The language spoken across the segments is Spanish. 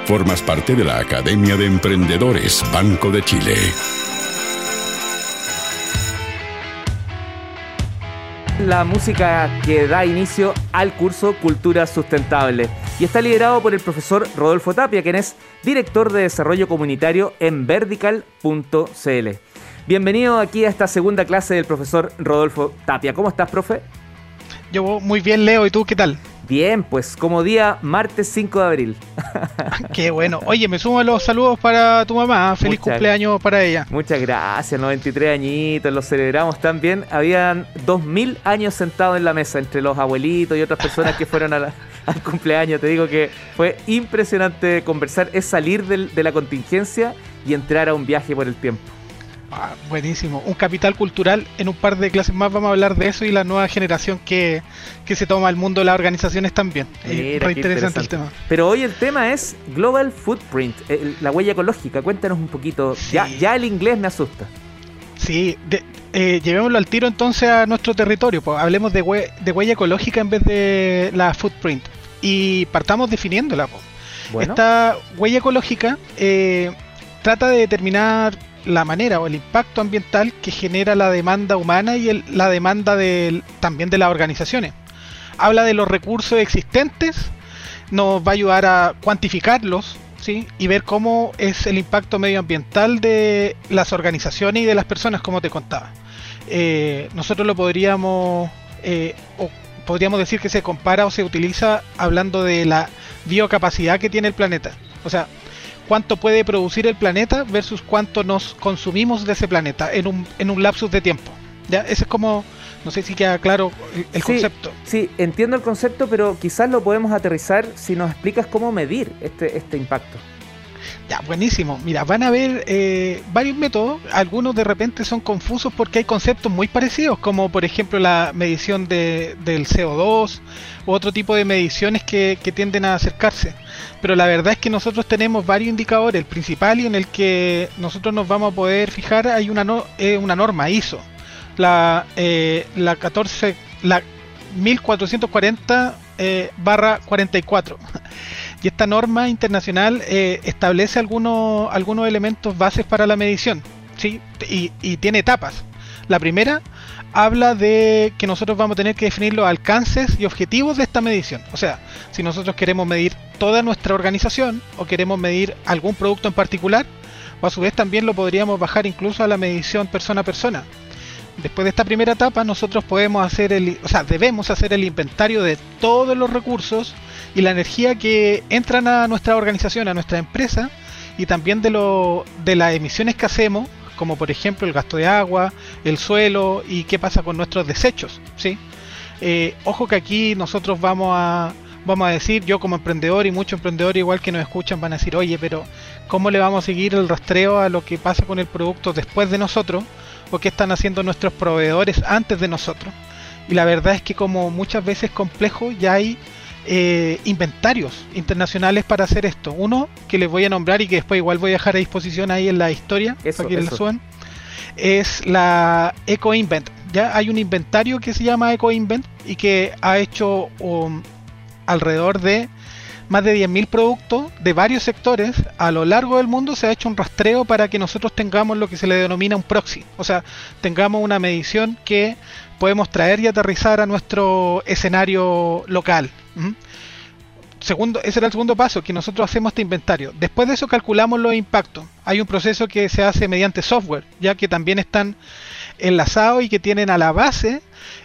Formas parte de la Academia de Emprendedores Banco de Chile. La música que da inicio al curso Cultura Sustentable y está liderado por el profesor Rodolfo Tapia, quien es director de desarrollo comunitario en Vertical.cl. Bienvenido aquí a esta segunda clase del profesor Rodolfo Tapia. ¿Cómo estás, profe? Yo muy bien, Leo. ¿Y tú qué tal? Bien, pues como día martes 5 de abril. Qué bueno. Oye, me sumo a los saludos para tu mamá. Feliz cumpleaños para ella. Muchas gracias, 93 añitos, los celebramos también. Habían 2000 años sentados en la mesa entre los abuelitos y otras personas que fueron al cumpleaños. Te digo que fue impresionante conversar, es salir de la contingencia y entrar a un viaje por el tiempo. Buenísimo, un capital cultural. En un par de clases más vamos a hablar de eso y la nueva generación que se toma el mundo de las organizaciones también. Mira, interesante el tema. Pero hoy el tema es Global Footprint, la huella ecológica. Cuéntanos un poquito. Sí. Ya el inglés me asusta. Sí, llevémoslo al tiro entonces a nuestro territorio. Pues hablemos de huella ecológica en vez de la footprint y partamos definiéndola. Pues. Bueno. Esta huella ecológica trata de determinar la manera o el impacto ambiental que genera la demanda humana y la demanda también de las organizaciones. Habla de los recursos existentes, nos va a ayudar a cuantificarlos, ¿sí? Y ver cómo es el impacto medioambiental de las organizaciones y de las personas, como te contaba. Nosotros lo podríamos decir que se compara o se utiliza hablando de la biocapacidad que tiene el planeta. O sea, cuánto puede producir el planeta versus cuánto nos consumimos de ese planeta en un lapsus de tiempo. ¿Ya? Ese es como, no sé si queda claro el concepto. Sí, entiendo el concepto, pero quizás lo podemos aterrizar si nos explicas cómo medir este impacto. Ya, buenísimo. Mira, van a haber varios métodos. Algunos de repente son confusos porque hay conceptos muy parecidos, como por ejemplo la medición del CO2 u otro tipo de mediciones que tienden a acercarse. Pero la verdad es que nosotros tenemos varios indicadores. El principal y en el que nosotros nos vamos a poder fijar hay una norma ISO, la 1440/44. Y esta norma internacional establece algunos elementos bases para la medición, ¿sí? Y tiene etapas. La primera habla de que nosotros vamos a tener que definir los alcances y objetivos de esta medición. O sea, si nosotros queremos medir toda nuestra organización o queremos medir algún producto en particular, o a su vez también lo podríamos bajar incluso a la medición persona a persona. Después de esta primera etapa, nosotros debemos hacer el inventario de todos los recursos y la energía que entran a nuestra organización, a nuestra empresa, y también de las emisiones que hacemos, como por ejemplo el gasto de agua, el suelo y qué pasa con nuestros desechos, ¿sí? Ojo que aquí nosotros vamos a decir, yo como emprendedor y muchos emprendedores igual que nos escuchan van a decir, oye, pero ¿cómo le vamos a seguir el rastreo a lo que pasa con el producto después de nosotros? ¿O qué están haciendo nuestros proveedores antes de nosotros? Y la verdad es que como muchas veces es complejo, ya hay inventarios internacionales para hacer esto. Uno que les voy a nombrar y que después igual voy a dejar a disposición ahí en la historia para que la suban, es la EcoInvent. Ya hay un inventario que se llama EcoInvent y que ha hecho alrededor de más de 10.000 productos de varios sectores a lo largo del mundo. Se ha hecho un rastreo para que nosotros tengamos lo que se le denomina un proxy, o sea, tengamos una medición que podemos traer y aterrizar a nuestro escenario local. Ese era el segundo paso, que nosotros hacemos este inventario. Después de eso calculamos los impactos. Hay un proceso que se hace mediante software, ya que también están enlazados y que tienen a la base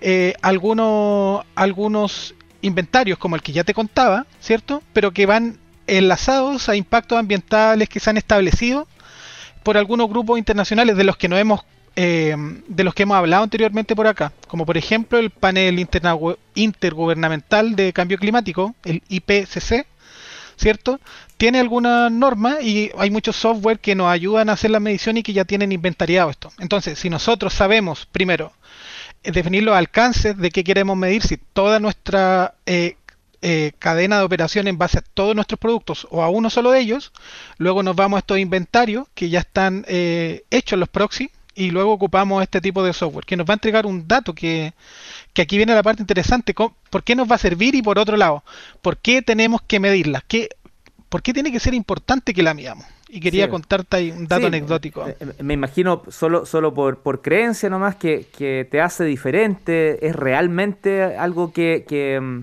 algunos inventarios como el que ya te contaba, ¿cierto? Pero que van enlazados a impactos ambientales que se han establecido por algunos grupos internacionales de los que hemos hablado anteriormente por acá, como por ejemplo el panel intergubernamental de cambio climático, el IPCC, ¿cierto? Tiene algunas normas y hay muchos software que nos ayudan a hacer la medición y que ya tienen inventariado esto. Entonces, si nosotros sabemos primero definir los alcances de qué queremos medir, si toda nuestra cadena de operación en base a todos nuestros productos o a uno solo de ellos, luego nos vamos a estos inventarios que ya están hechos los proxy y luego ocupamos este tipo de software que nos va a entregar un dato que aquí viene la parte interesante. ¿Por qué nos va a servir? Y por otro lado, ¿por qué tenemos que medirlas? ¿por qué tiene que ser importante que la midamos? Y quería contarte ahí un dato anecdótico. Me imagino solo por creencia nomás que te hace diferente, es realmente algo que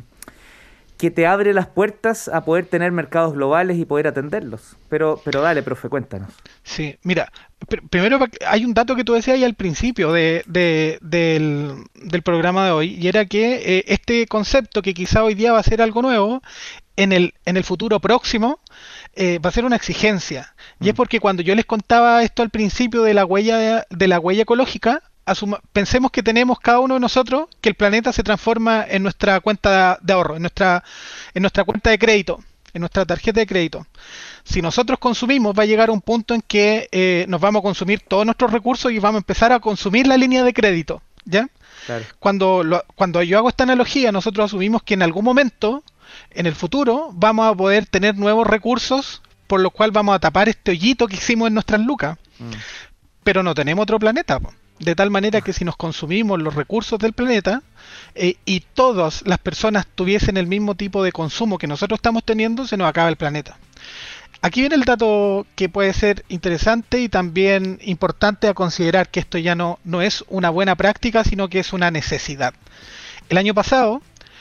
te abre las puertas a poder tener mercados globales y poder atenderlos. Pero dale, profe, cuéntanos. Sí, mira, primero hay un dato que tú decías ahí al principio del programa de hoy, y era que este concepto, que quizá hoy día va a ser algo nuevo, en el futuro próximo va a ser una exigencia. Y es porque cuando yo les contaba esto al principio de la huella ecológica, pensemos que tenemos cada uno de nosotros que el planeta se transforma en nuestra cuenta de ahorro, en nuestra cuenta de crédito, en nuestra tarjeta de crédito. Si nosotros consumimos, va a llegar un punto en que nos vamos a consumir todos nuestros recursos y vamos a empezar a consumir la línea de crédito, ¿ya? Claro. Cuando yo hago esta analogía, nosotros asumimos que en algún momento, en el futuro, vamos a poder tener nuevos recursos por los cuales vamos a tapar este hoyito que hicimos en nuestras lucas. Pero no tenemos otro planeta, de tal manera que si nos consumimos los recursos del planeta y todas las personas tuviesen el mismo tipo de consumo que nosotros estamos teniendo, se nos acaba el planeta. Aquí viene el dato que puede ser interesante y también importante a considerar, que esto ya no es una buena práctica, sino que es una necesidad. El año pasado,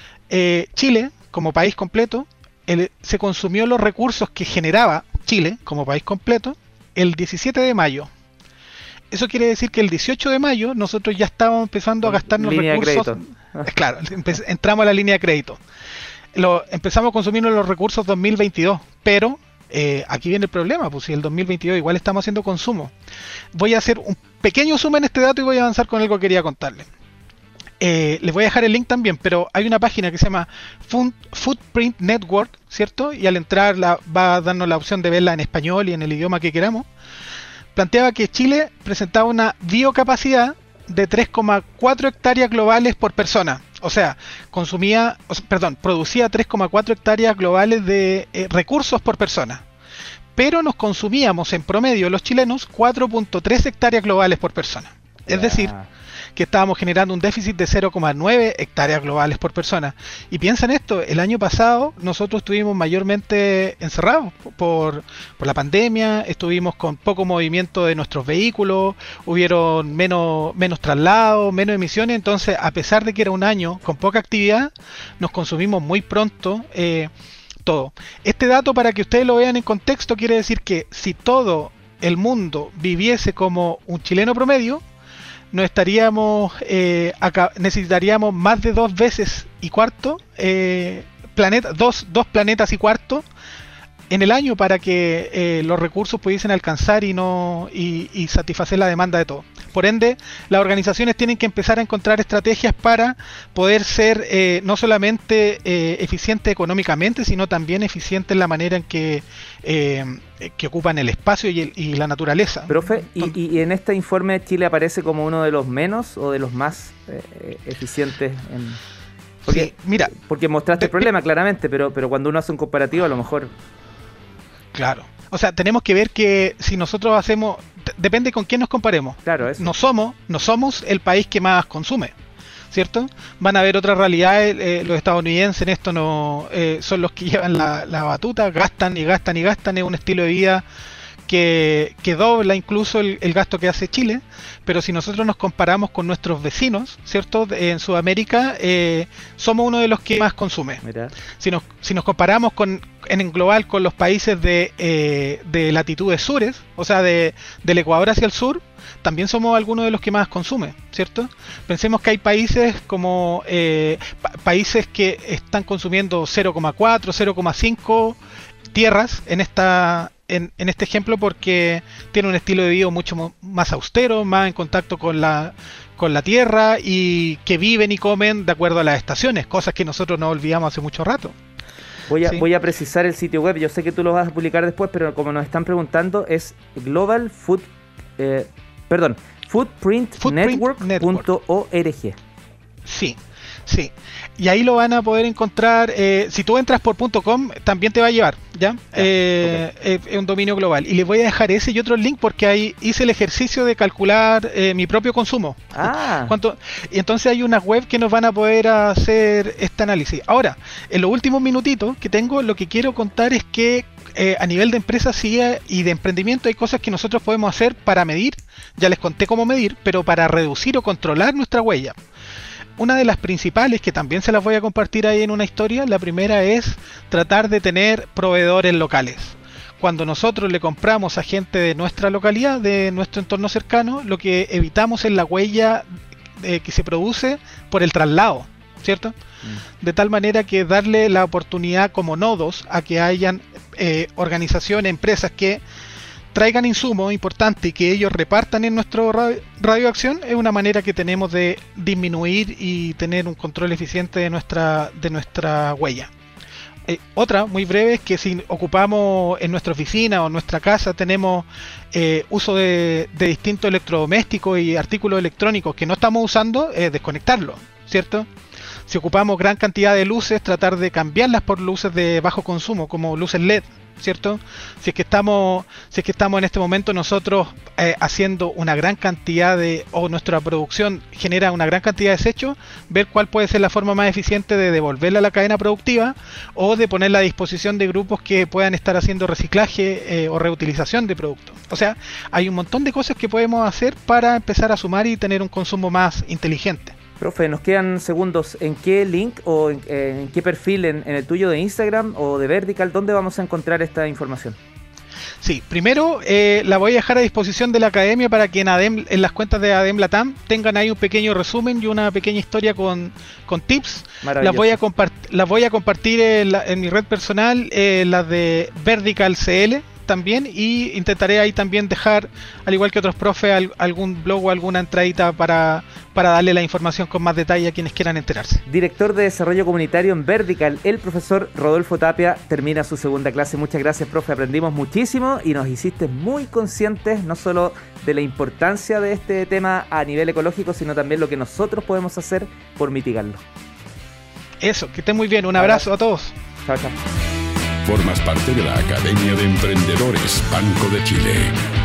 Chile, como país completo, se consumió los recursos que generaba Chile, como país completo, el 17 de mayo. Eso quiere decir que el 18 de mayo nosotros ya estábamos empezando a gastarnos recursos. Claro, entramos a la línea de crédito. Empezamos a consumir los recursos 2022, pero aquí viene el problema, pues si el 2022 igual estamos haciendo consumo. Voy a hacer un pequeño zoom en este dato y voy a avanzar con algo que quería contarles. Les voy a dejar el link también, pero hay una página que se llama Footprint Network, ¿cierto? Y al entrar va a darnos la opción de verla en español y en el idioma que queramos. Planteaba que Chile presentaba una biocapacidad de 3,4 hectáreas globales por persona. O sea, producía 3,4 hectáreas globales de recursos por persona. Pero nos consumíamos en promedio los chilenos 4,3 hectáreas globales por persona. Es decir, que estábamos generando un déficit de 0,9 hectáreas globales por persona. Y piensa en esto, el año pasado nosotros estuvimos mayormente encerrados por la pandemia, estuvimos con poco movimiento de nuestros vehículos, hubieron menos traslados, menos emisiones, entonces a pesar de que era un año con poca actividad, nos consumimos muy pronto todo. Este dato, para que ustedes lo vean en contexto, quiere decir que si todo el mundo viviese como un chileno promedio, necesitaríamos más de 2 veces y cuarto dos planetas y cuarto en el año para que los recursos pudiesen alcanzar y satisfacer la demanda de todo. Por ende, las organizaciones tienen que empezar a encontrar estrategias para poder ser no solamente eficientes económicamente, sino también eficientes en la manera en que ocupan el espacio y la naturaleza. Profe, ¿y en este informe Chile aparece como uno de los menos o de los más eficientes Porque, sí, mira, porque mostraste el problema claramente, pero cuando uno hace un comparativo a lo mejor... Claro. O sea, tenemos que ver que si nosotros hacemos... Depende con quién nos comparemos. Claro, eso. No somos el país que más consume, ¿cierto? Van a haber otras realidades. Los estadounidenses en esto no son los que llevan la batuta, gastan y gastan y gastan. Es un estilo de vida que dobla incluso el gasto que hace Chile. Pero si nosotros nos comparamos con nuestros vecinos, ¿cierto? En Sudamérica somos uno de los que más consume. Mira. Si nos comparamos en global con los países de latitudes sures, o sea, del Ecuador hacia el sur, también somos algunos de los que más consume, ¿cierto? Pensemos que hay países como países que están consumiendo 0,4, 0,5 tierras en este ejemplo, porque tiene un estilo de vida mucho más austero, más en contacto con la tierra, y que viven y comen de acuerdo a las estaciones, cosas que nosotros no olvidamos hace mucho rato. Voy a precisar el sitio web. Yo sé que tú lo vas a publicar después, pero como nos están preguntando, es footprintnetwork.org. Sí. Y ahí lo van a poder encontrar. Si tú entras por .com, también te va a llevar, ¿ya? Okay. Es un dominio global. Y les voy a dejar ese y otro link porque ahí hice el ejercicio de calcular mi propio consumo. Y entonces hay unas web que nos van a poder hacer este análisis. Ahora, en los últimos minutitos que tengo, lo que quiero contar es que a nivel de empresa y de emprendimiento hay cosas que nosotros podemos hacer para medir, ya les conté cómo medir, pero para reducir o controlar nuestra huella. Una de las principales, que también se las voy a compartir ahí en una historia, la primera es tratar de tener proveedores locales. Cuando nosotros le compramos a gente de nuestra localidad, de nuestro entorno cercano, lo que evitamos es la huella que se produce por el traslado, ¿cierto? De tal manera que darle la oportunidad como nodos a que hayan organizaciones, empresas que traigan insumos importantes y que ellos repartan en nuestro radio de acción es una manera que tenemos de disminuir y tener un control eficiente de nuestra huella. Otra muy breve es que si ocupamos en nuestra oficina o en nuestra casa tenemos uso de distintos electrodomésticos y artículos electrónicos que no estamos usando, desconectarlos, ¿cierto? Si ocupamos gran cantidad de luces, tratar de cambiarlas por luces de bajo consumo, como luces LED, ¿cierto? Si es que estamos en este momento nosotros haciendo una gran cantidad o nuestra producción genera una gran cantidad de desechos, ver cuál puede ser la forma más eficiente de devolverla a la cadena productiva o de ponerla a disposición de grupos que puedan estar haciendo reciclaje o reutilización de productos. O sea, hay un montón de cosas que podemos hacer para empezar a sumar y tener un consumo más inteligente. Profe, nos quedan segundos. ¿En qué link o en qué perfil, en el tuyo de Instagram o de Vertical, dónde vamos a encontrar esta información? Sí, primero la voy a dejar a disposición de la academia para que en las cuentas de ADEM Latam tengan ahí un pequeño resumen y una pequeña historia con tips. Las voy a compartir en mi red personal, las de Vertical CL también, y intentaré ahí también dejar, al igual que otros profes, algún blog o alguna entradita para darle la información con más detalle a quienes quieran enterarse. Director de Desarrollo Comunitario en Vertical, el profesor Rodolfo Tapia termina su segunda clase. Muchas gracias, profe, aprendimos muchísimo y nos hiciste muy conscientes no solo de la importancia de este tema a nivel ecológico, sino también lo que nosotros podemos hacer por mitigarlo. Eso, que estén muy bien, un abrazo a todos. Chao, chao. Formas parte de la Academia de Emprendedores Banco de Chile.